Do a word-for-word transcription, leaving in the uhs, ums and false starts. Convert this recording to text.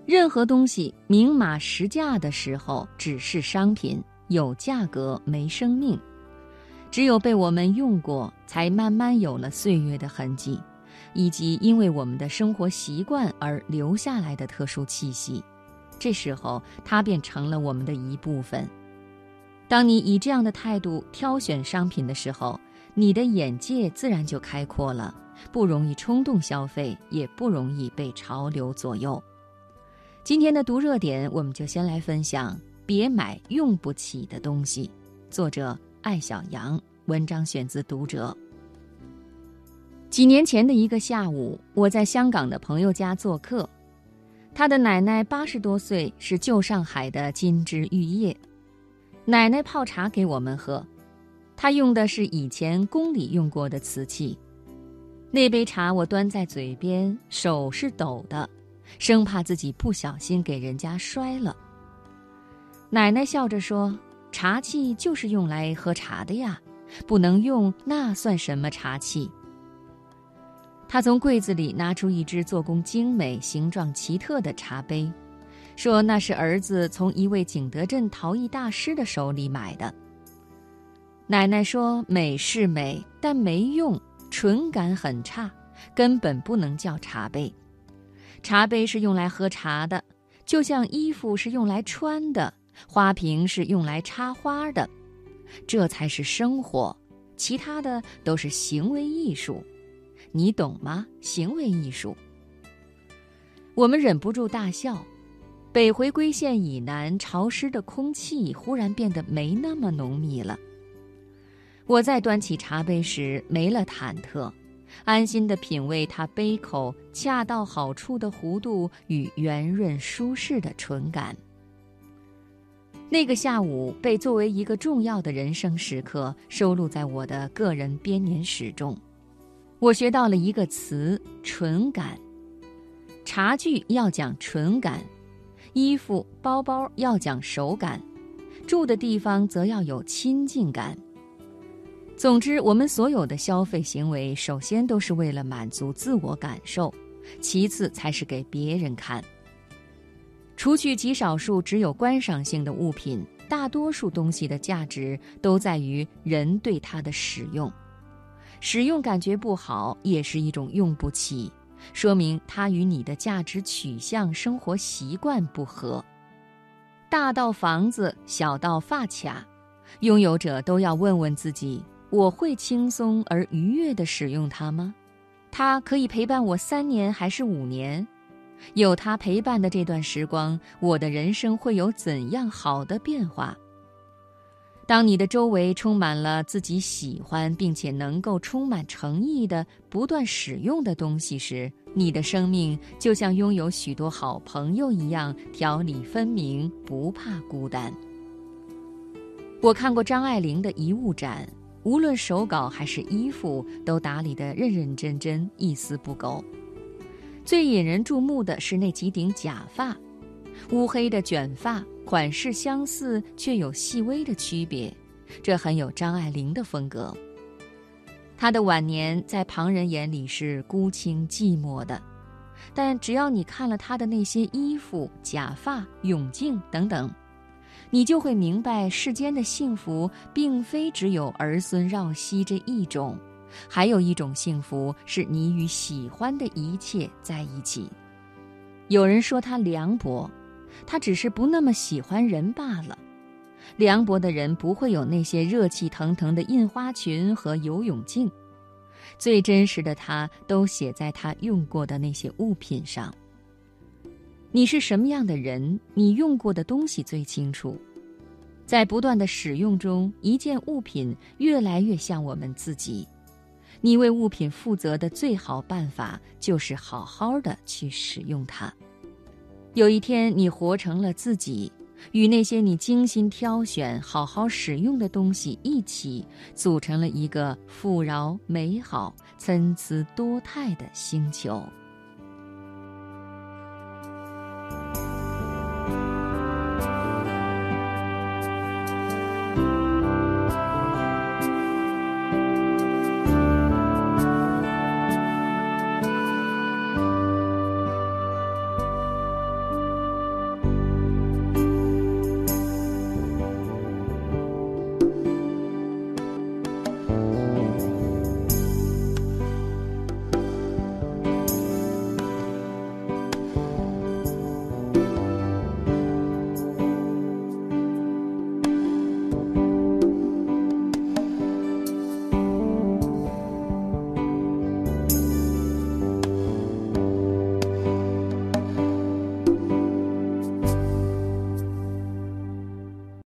任何东西明码实价的时候只是商品，有价格没生命。只有被我们用过，才慢慢有了岁月的痕迹，以及因为我们的生活习惯而留下来的特殊气息。这时候它便成了我们的一部分。当你以这样的态度挑选商品的时候，你的眼界自然就开阔了，不容易冲动消费，也不容易被潮流左右。今天的读热点，我们就先来分享别买用不起的东西，作者艾小羊，文章选自读者。几年前的一个下午，我在香港的朋友家做客，他的奶奶八十多岁，是旧上海的金枝玉叶。奶奶泡茶给我们喝，她用的是以前宫里用过的瓷器。那杯茶我端在嘴边，手是抖的，生怕自己不小心给人家摔了。奶奶笑着说，茶器就是用来喝茶的呀，不能用那算什么茶器？她从柜子里拿出一只做工精美、形状奇特的茶杯，说那是儿子从一位景德镇陶艺大师的手里买的。奶奶说，美是美，但没用，纯感很差，根本不能叫茶杯。茶杯是用来喝茶的，就像衣服是用来穿的，花瓶是用来插花的，这才是生活，其他的都是行为艺术。你懂吗？行为艺术。我们忍不住大笑。北回归线以南潮湿的空气忽然变得没那么浓密了。我再端起茶杯时没了忐忑，安心地品味它杯口恰到好处的弧度与圆润舒适的纯感。那个下午被作为一个重要的人生时刻收录在我的个人编年史中。我学到了一个词，纯感。茶具要讲纯感，衣服包包要讲手感，住的地方则要有亲近感。总之，我们所有的消费行为首先都是为了满足自我感受，其次才是给别人看。除去极少数只有观赏性的物品，大多数东西的价值都在于人对它的使用。使用感觉不好，也是一种用不起，说明它与你的价值取向、生活习惯不合。大到房子，小到发卡，拥有者都要问问自己，我会轻松而愉悦地使用它吗？它可以陪伴我三年还是五年？有它陪伴的这段时光，我的人生会有怎样好的变化？当你的周围充满了自己喜欢并且能够充满诚意的不断使用的东西时，你的生命就像拥有许多好朋友一样，条理分明，不怕孤单。我看过张爱玲的遗物展，无论手稿还是衣服都打理得认认真真，一丝不苟。最引人注目的是那几顶假发，乌黑的卷发，款式相似却有细微的区别，这很有张爱玲的风格。她的晚年在旁人眼里是孤清寂寞的，但只要你看了她的那些衣服、假发、泳镜等等，你就会明白世间的幸福并非只有儿孙绕膝这一种，还有一种幸福是你与喜欢的一切在一起。有人说他凉薄，他只是不那么喜欢人罢了。凉薄的人不会有那些热气腾腾的印花裙和游泳镜，最真实的他都写在他用过的那些物品上。你是什么样的人，你用过的东西最清楚。在不断的使用中，一件物品越来越像我们自己。你为物品负责的最好办法就是好好的去使用它。有一天你活成了自己，与那些你精心挑选好好使用的东西一起，组成了一个富饶美好参差多态的星球。